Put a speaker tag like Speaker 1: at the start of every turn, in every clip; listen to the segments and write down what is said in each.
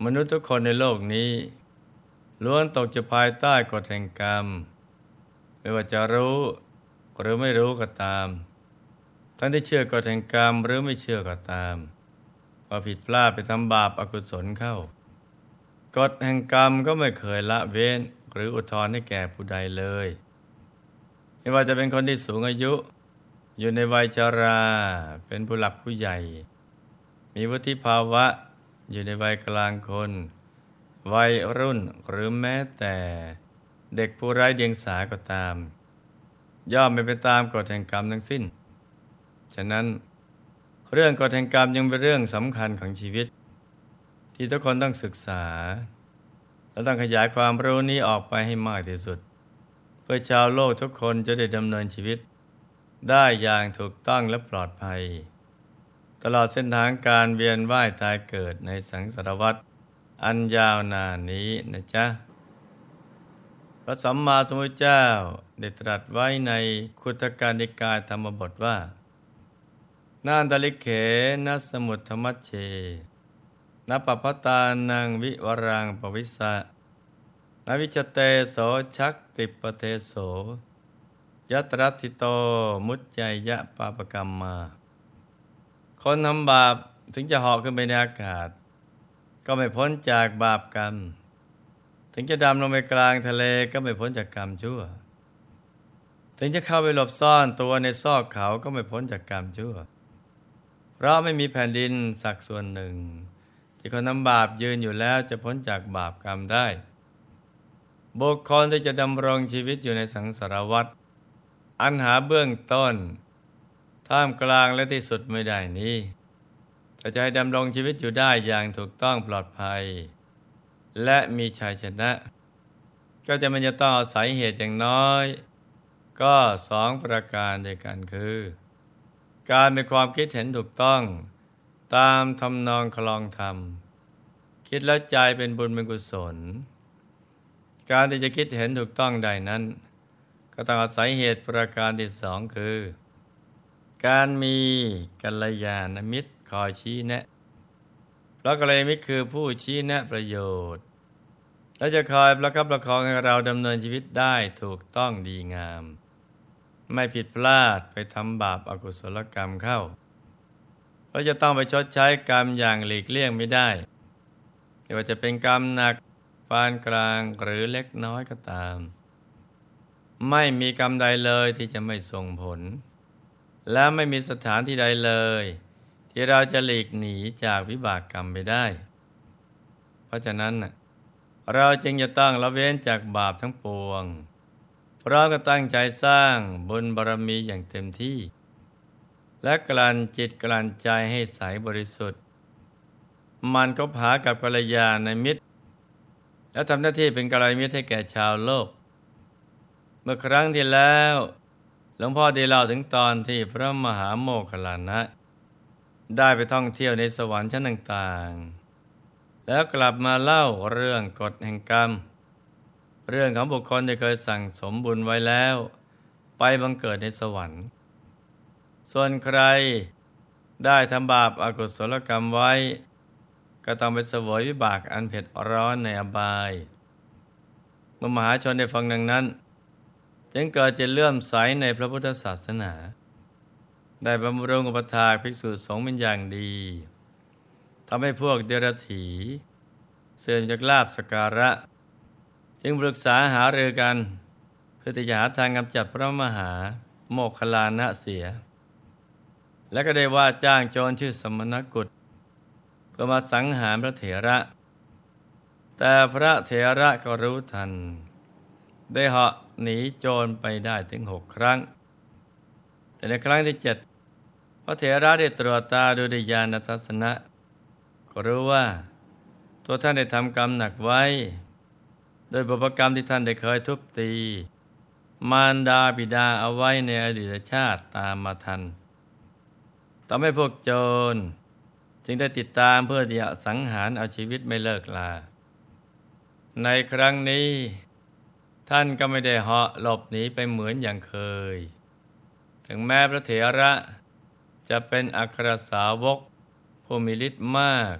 Speaker 1: มนุษย์ทุกคนในโลกนี้ล้วนตกอยู่ภายใต้กฎแห่งกรรมไม่ว่าจะรู้หรือไม่รู้ก็ตามทั้งที่เชื่อกฎแห่งกรรมหรือไม่เชื่อก็ตามพอผิดพลาดไปทำบาปอกุศลเข้ากฎแห่งกรรมก็ไม่เคยละเว้นหรืออุทธรณ์ให้แก่ผู้ใดเลยไม่ว่าจะเป็นคนที่สูงอายุอยู่ในวัยชราเป็นผู้หลักผู้ใหญ่มีวุฒิภาวะอยู่ในวัยกลางคนวัยรุ่นหรือแม้แต่เด็กผู้ไร้เดียงสาก็ตามย่อมไม่เป็นตามกฎแห่งกรรมทั้งสิ้นฉะนั้นเรื่องกฎแห่งกรรมยังเป็นเรื่องสำคัญของชีวิตที่ทุกคนต้องศึกษาและต้องขยายความรู้นี้ออกไปให้มากที่สุดเพื่อชาวโลกทุกคนจะได้ดำเนินชีวิตได้อย่างถูกต้องและปลอดภัยตลอดเส้นทางการเวียนว่ายตายเกิดในสังสารวัฏอันยาวนานนี้นะจ๊ะพระสัมมาสัมพุทธเจ้าได้ตรัสไว้ในคุตกานิกายธรรมบทว่านาอันตลิเขนะสมุทธมัชเชนะปัปพตานังวิวรังปวิสสะนะวิจเตโสชักติปเทโสยัตรัตถิโตมุจจยะปาปกรรมมาคนทำบาปถึงจะเหาะขึ้นไปในอากาศก็ไม่พ้นจากบาปกรรมถึงจะดำลงไปกลางทะเลก็ไม่พ้นจากกรรมชั่วถึงจะเข้าไปหลบซ่อนตัวในซอกเขาก็ไม่พ้นจากกรรมชั่วเพราะไม่มีแผ่นดินสักส่วนหนึ่งที่คนทำบาปยืนอยู่แล้วจะพ้นจากบาปกรรมได้บุคคลที่จะดำรงชีวิตอยู่ในสังสารวัฏอันหาเบื้องต้นท่ามกลางและที่สุดไม่ได้นี้ถ้าจะให้ดำรงชีวิตอยู่ได้อย่างถูกต้องปลอดภัยและมีชัยชนะก็จะมันจะต้องอาศัยเหตุอย่างน้อยก็2 ประการด้วยกันคือการมีความคิดเห็นถูกต้องตามทำนองคลองธรรมคิดแล้วใจเป็นบุญเป็นกุศลการที่จะคิดเห็นถูกต้องได้นั้นก็ต้องอาศัยเหตุประการที่2คือการมีกัลยาณมิตรคอยชี้แนะเพราะกัลยาณมิตรคือผู้ชี้แนะประโยชน์และจะคอยประคับประคองให้เราดำเนินชีวิตได้ถูกต้องดีงามไม่ผิดพลาดไปทำบาปอกุศลกรรมเข้าเราจะต้องไปชดใช้กรรมอย่างหลีกเลี่ยงไม่ได้ไม่ว่าจะเป็นกรรมหนักปานกลางหรือเล็กน้อยก็ตามไม่มีกรรมใดเลยที่จะไม่ส่งผลและไม่มีสถานที่ใดเลยที่เราจะหลีกหนีจากวิบากกรรมไปได้เพราะฉะนั้นเราจึงจะต้องละเว้นจากบาปทั้งปวงพร้อมกับตั้งใจสร้างบุญบารมีอย่างเต็มที่และกลั่นจิตกลั่นใจให้ใสบริสุทธิ์มันก็หากับกัลยาณมิตรและทำหน้าที่เป็นกัลยาณมิตรให้แก่ชาวโลกเมื่อครั้งที่แล้วหลวงพ่อได้เล่าถึงตอนที่พระมหาโมคคัลลานะได้ไปท่องเที่ยวในสวรรค์ชั้นต่างๆแล้วกลับมาเล่าเรื่องกฎแห่งกรรมเรื่องของบุคคลที่เคยสั่งสมบุญไว้แล้วไปบังเกิดในสวรรค์ส่วนใครได้ทำบาปอกุศลกรรมไว้ก็ต้องไปเสวยวิบากอันเผ็ดร้อนในอบายเมื่อมหาชนได้ฟังดังนั้นจึงเกิดจะเลื่อมใสในพระพุทธศาสนาได้บำรุงอุปถากภิกษุสงฆ์เป็นอย่างดีทำให้พวกเดรัจฉีเสื่อมจากลาภสักการะจึงปรึกษาหารือกันเพื่อที่จะหาทางกำจัดพระมหาโมคคัลลานะเสียและก็ได้ว่าจ้างโจรชื่อสมณกุฎเพื่อมาสังหารพระเถระแต่พระเถระก็รู้ทันได้เหาะหนีโจรไปได้ถึง6 ครั้งแต่ในครั้งที่7พระเถระได้ตรวจตาดูด้วยญาณทัศนะก็รู้ว่าตัวท่านได้ทำกรรมหนักไว้โดยบุพกรรมที่ท่านได้เคยทุบตีมารดาบิดาเอาไว้ในอดีตชาติตามมาทันทำให้พวกโจรจึงได้ติดตามเพื่อที่จะสังหารเอาชีวิตไม่เลิกลาในครั้งนี้ท่านก็ไม่ได้เหาะหลบหนีไปเหมือนอย่างเคยถึงแม้พระเถระจะเป็นอัครสาวกผู้มีฤทธิ์มาก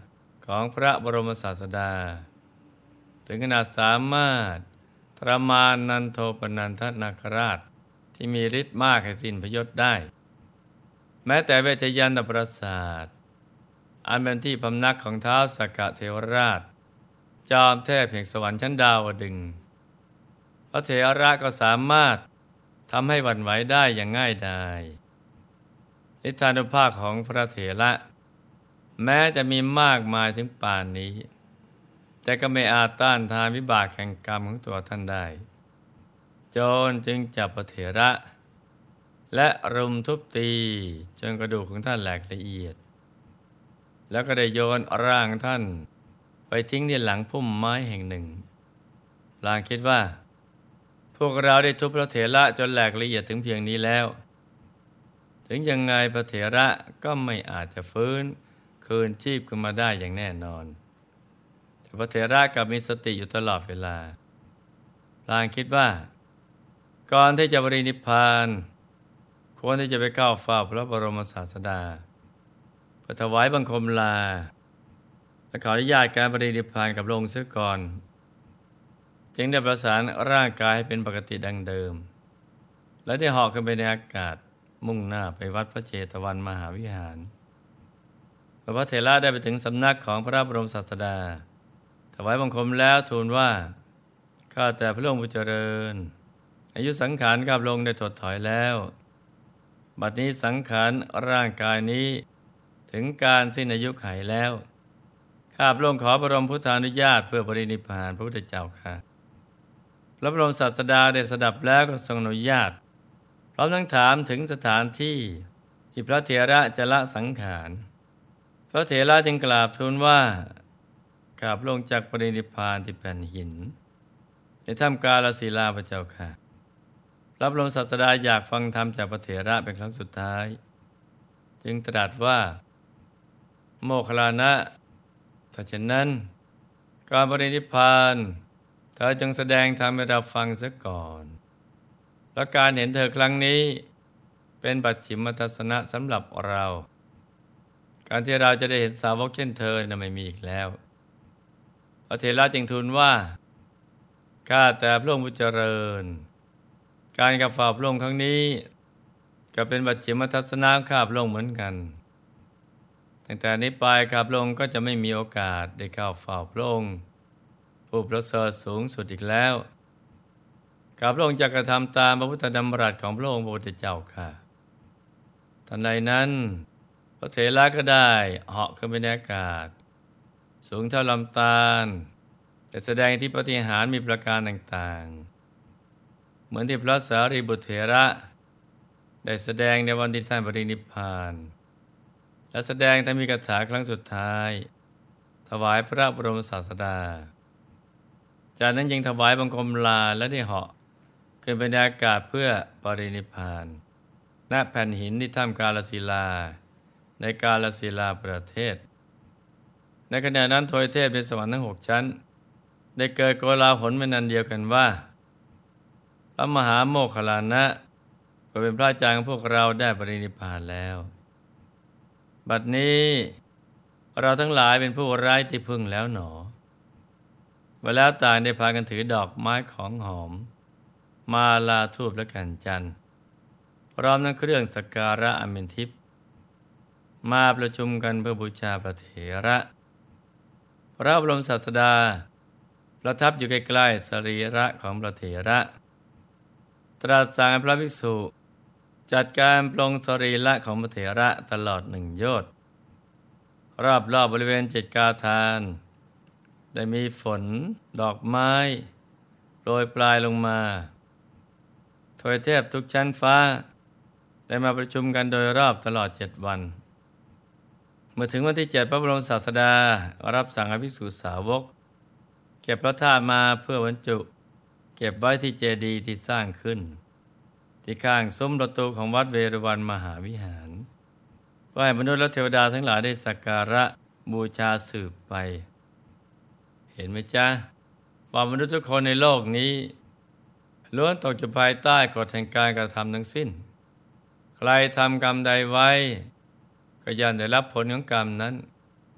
Speaker 1: ของพระบรมศาสดาถึงขนาดสามารถทรมานนันโทปนันทนาคราชที่มีฤทธิ์มากให้สิ้นพยศได้ แม้แต่เวชยันตปราสาทอันเป็นที่พำนักของท้าวสักกะเทวราชจอมเทพแห่งสวรรค์ชั้นดาวดึงส์พระเถระก็สามารถทำให้หวั่นไหวได้อย่างง่ายดายฤทธานุภาพของพระเถระแม้จะมีมากมายถึงป่านนี้แต่ก็ไม่อาจต้านทานวิบากแห่งกรรมของตัวท่านได้โจรจึงจับพระเถระและรุมทุบตีจนกระดูกของท่านแหลกละเอียดแล้วก็ได้โยนร่างท่านไปทิ้งที่หลังพุ่มไม้แห่งหนึ่งพลางคิดว่าพวกเราได้ทุบพระเถระจนแหลกละเอียดถึงเพียงนี้แล้วถึงยังไงพระเถระก็ไม่อาจจะฟื้นคืนชีพขึ้นมาได้อย่างแน่นอนแต่พระเถระกลับมีสติอยู่ตลอดเวลาพลางคิดว่าก่อนที่จะปรินิพพานควรที่จะไปเข้าเฝ้าพระบรมศาสดาเพื่อถวายบังคมลาและขออนุญาตการปรินิพพานกับพระองค์เสียก่อนจึงได้ประสานร่างกายให้เป็นปกติดังเดิมและได้เหาะขึ้นไปในอากาศมุ่งหน้าไปวัดพระเชตวันมหาวิหารพระเถระได้ไปถึงสำนักของพระบรมศาสดาถวายบังคมแล้วทูลว่าข้าแต่พระองค์ผู้เจริญอายุสังขารข้าพระองค์ได้ถดถอยแล้วบัดนี้สังขารร่างกายนี้ถึงการสิ้นอายุไขแล้วข้าพระองค์ขอบรมพุทธานุญาตเพื่อปรินิพพานพระพุทธเจ้าค่ะพระบรมศาสดาได้สดับแล้วก็ทรงอนุญาตพร้อมทั้งถามถึงสถานที่ที่พระเถระจะละสังขารพระเถระจึงกราบทูลว่าข้าพระองค์จักปรินิพพานที่แผ่นหินในถ้ำกาฬสีลาพระเจ้าค่ะพระบรมศาสดาอยากฟังธรรมจากพระเถระเป็นครั้งสุดท้ายจึงตรัสว่าโมคคัลลานะถ้าเช่นนั้นก่อนปรินิพพานเธอจงแสดงธรรมให้เราฟังเสียก่อนและการเห็นเธอครั้งนี้เป็นปัจฉิมทัศนะสำหรับเราการที่เราจะได้เห็นสาวกเช่นเธอนั้นไม่มีอีกแล้วพระเถระจึงทูลว่าข้าแต่พระองค์ผู้เจริญการกับฝ่าพระองค์ครั้งนี้ก็เป็นปัจฉิมทัศนะข้าพระองค์เหมือนกันตั้งแต่นี้ไปข้าพระองค์ก็จะไม่มีโอกาสได้เข้าเฝ้าพระองค์ผู้ประเสริฐสูงสุดอีกแล้วข้าพระองค์จะกระทำตามพระพุทธดำรัสของพระองค์พระพุทธเจ้าค่ะทันใดนั้นพระเถระก็ได้เหาะขึ้นไปในอากาศสูงเท่าลำธารแต่แสดงที่ปาฏิหาริย์มีประการต่างๆเหมือนที่พระสารีบุตรเถระได้แสดงในวันที่ท่านปรินิพพานและแสดงธรรมีกถาครั้งสุดท้ายถวายพระบรมศาสดาจากนั้นยังถวายบังคมลาและได้เหาะขึ้นไปในอากาศเพื่อปรินิพพานณแผ่นหินที่ถ้ำกาฬสีลาในกาฬสีลาประเทศในขณะนั้นทวยเทพในสวรรค์ทั้ง6 ชั้นได้เกิดโกลาหลเป็นอันเดียวกันว่าพระมหาโมคคัลลานะก็เป็นพระอาจารย์ของพวกเราได้ปรินิพพานแล้วบัดนี้เราทั้งหลายเป็นผู้ไร้ที่พึ่งแล้วหนอเวลาต่างได้พากันถือดอกไม้ของหอมมาลาธูปและกันจันทร์พร้อมทั้งเครื่องสักการะอันเป็นทิพย์มาประชุมกันเพื่อบูชาพระเถระพระบรมศาสดาประทับอยู่ใกล้ๆสรีระของพระเถระตรัสสั่งให้พระภิกษุจัดการปลงสรีระของพระเถระตลอด1 โยชน์รอบบริเวณ7 กาฐานได้มีฝนดอกไม้โรยปลายลงมาทวยเทพทุกชั้นฟ้าได้มาประชุมกันโดยรอบตลอด7 วันเมื่อถึงวันที่7พระบรมศาสดารับสั่งให้ภิกษุสาวกเก็บพระธาตุมาเพื่อบรรจุเก็บไว้ที่เจดีย์ที่สร้างขึ้นที่ข้างซุ้มประตูของวัดเวรุวันมหาวิหารเพื่อให้มนุษย์และเทวดาทั้งหลายได้สักการะบูชาสืบไปเห็นไหมจ๊ะว่ามนุษย์ทุกคนในโลกนี้ล้วนตกอยู่ภายใต้กฎแห่งการกระทำทั้งสิ้นใครทำกรรมใดไว้ก็ย่อมได้รับผลของกรรมนั้นใค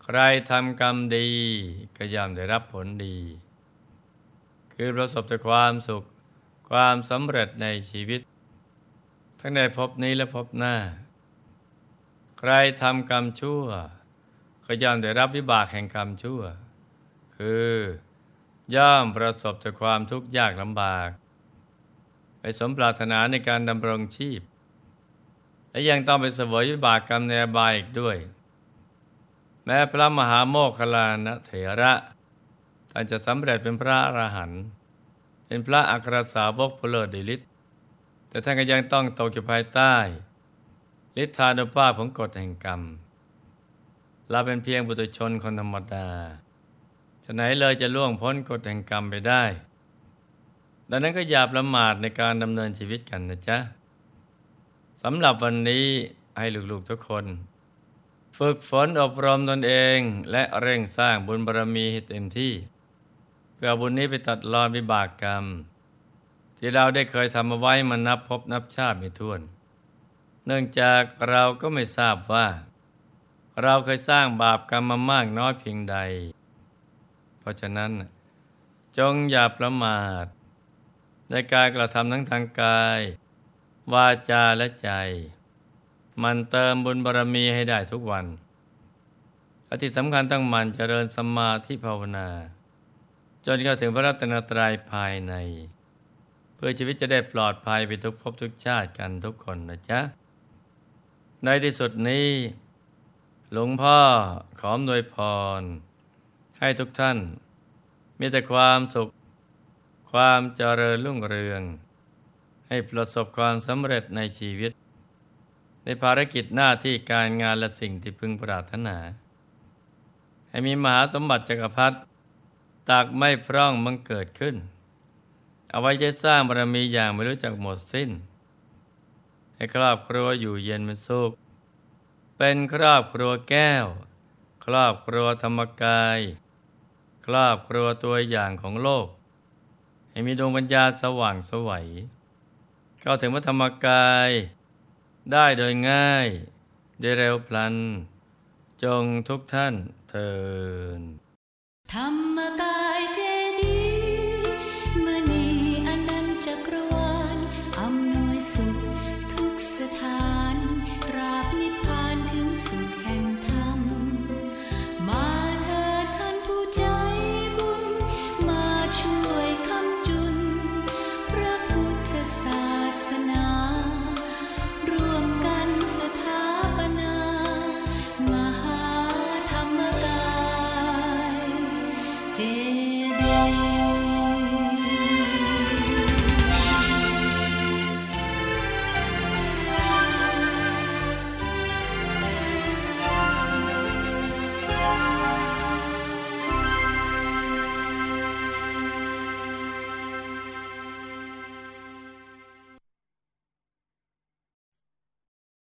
Speaker 1: ใครทำกรรมดีก็ย่อมได้รับผลดี คือประสบแต่ความสุขความสำเร็จในชีวิตทั้งในภพนี้และภพหน้าใครทำกรรมชั่วก็ย่อมได้รับวิบากแห่งกรรมชั่วคือย่อมประสบแต่ความทุกข์ยากลำบากไม่สมปรารถนาในการดำรงชีพและยังต้องไปเสวยวิบากกรรมในอบายอีกด้วยแม้พระมหาโมคคัลลานะเถระท่านจะสำเร็จเป็นพระอรหันต์เป็นพระอัครสาวกผู้เลิศฤทธิ์แต่ท่านก็ยังต้องตกอยู่ภายใต้ฤทธานุภาพของกฎแห่งกรรมเราเป็นเพียงปุถุชนคนธรรมดาฉะไหนเลยจะล่วงพ้นกฎแห่งกรรมไปได้ดังนั้นก็อย่าประมาทในการดำเนินชีวิตกันนะจ๊ะสำหรับวันนี้ให้ลูกๆทุกคนฝึกฝนอบรมตนเองและเร่งสร้างบุญบารมีให้เต็มที่เพื่อบุญนี้ไปตัดรอนวิบากกรรมที่เราได้เคยทำเอาไว้มานับพบนับชาติไม่ถ้วนเนื่องจากเราก็ไม่ทราบว่าเราเคยสร้างบาปกรรมมามากน้อยเพียงใดเพราะฉะนั้นจงอย่าประมาทในการกระทำทั้งทางกายวาจาและใจมันเติมบุญบารมีให้ได้ทุกวันและที่สำคัญต้องหมั่นเจริญสมาธิภาวนาจนเข้าถึงพระรัตนตรัยภายในเพื่อชีวิตจะได้ปลอดภัยไปทุกภพทุกชาติกันทุกคนนะจ๊ะในที่สุดนี้หลวงพ่อขออำนวยพรให้ทุกท่านมีแต่ความสุขความเจริญรุ่งเรืองให้ประสบความสำเร็จในชีวิตในภารกิจหน้าที่การงานและสิ่งที่พึงปรารถนาให้มีมหาสมบัติจักรพรรดิตักไม่พร่องบังเกิดขึ้นเอาไว้ใช้สร้างบารมีอย่างไม่รู้จักหมดสิ้นให้ครอบครัวอยู่เย็นเป็นสุขเป็นครอบครัวแก้วครอบครัวธรรมกายครอบครัวตัวอย่างของโลกให้มีดวงปัญญาสว่างไสวเข้าถึงพระธรรมกายได้โดยง่ายโดยเร็วพลันจงทุกท่านเทอญ
Speaker 2: ธรรมกายเจ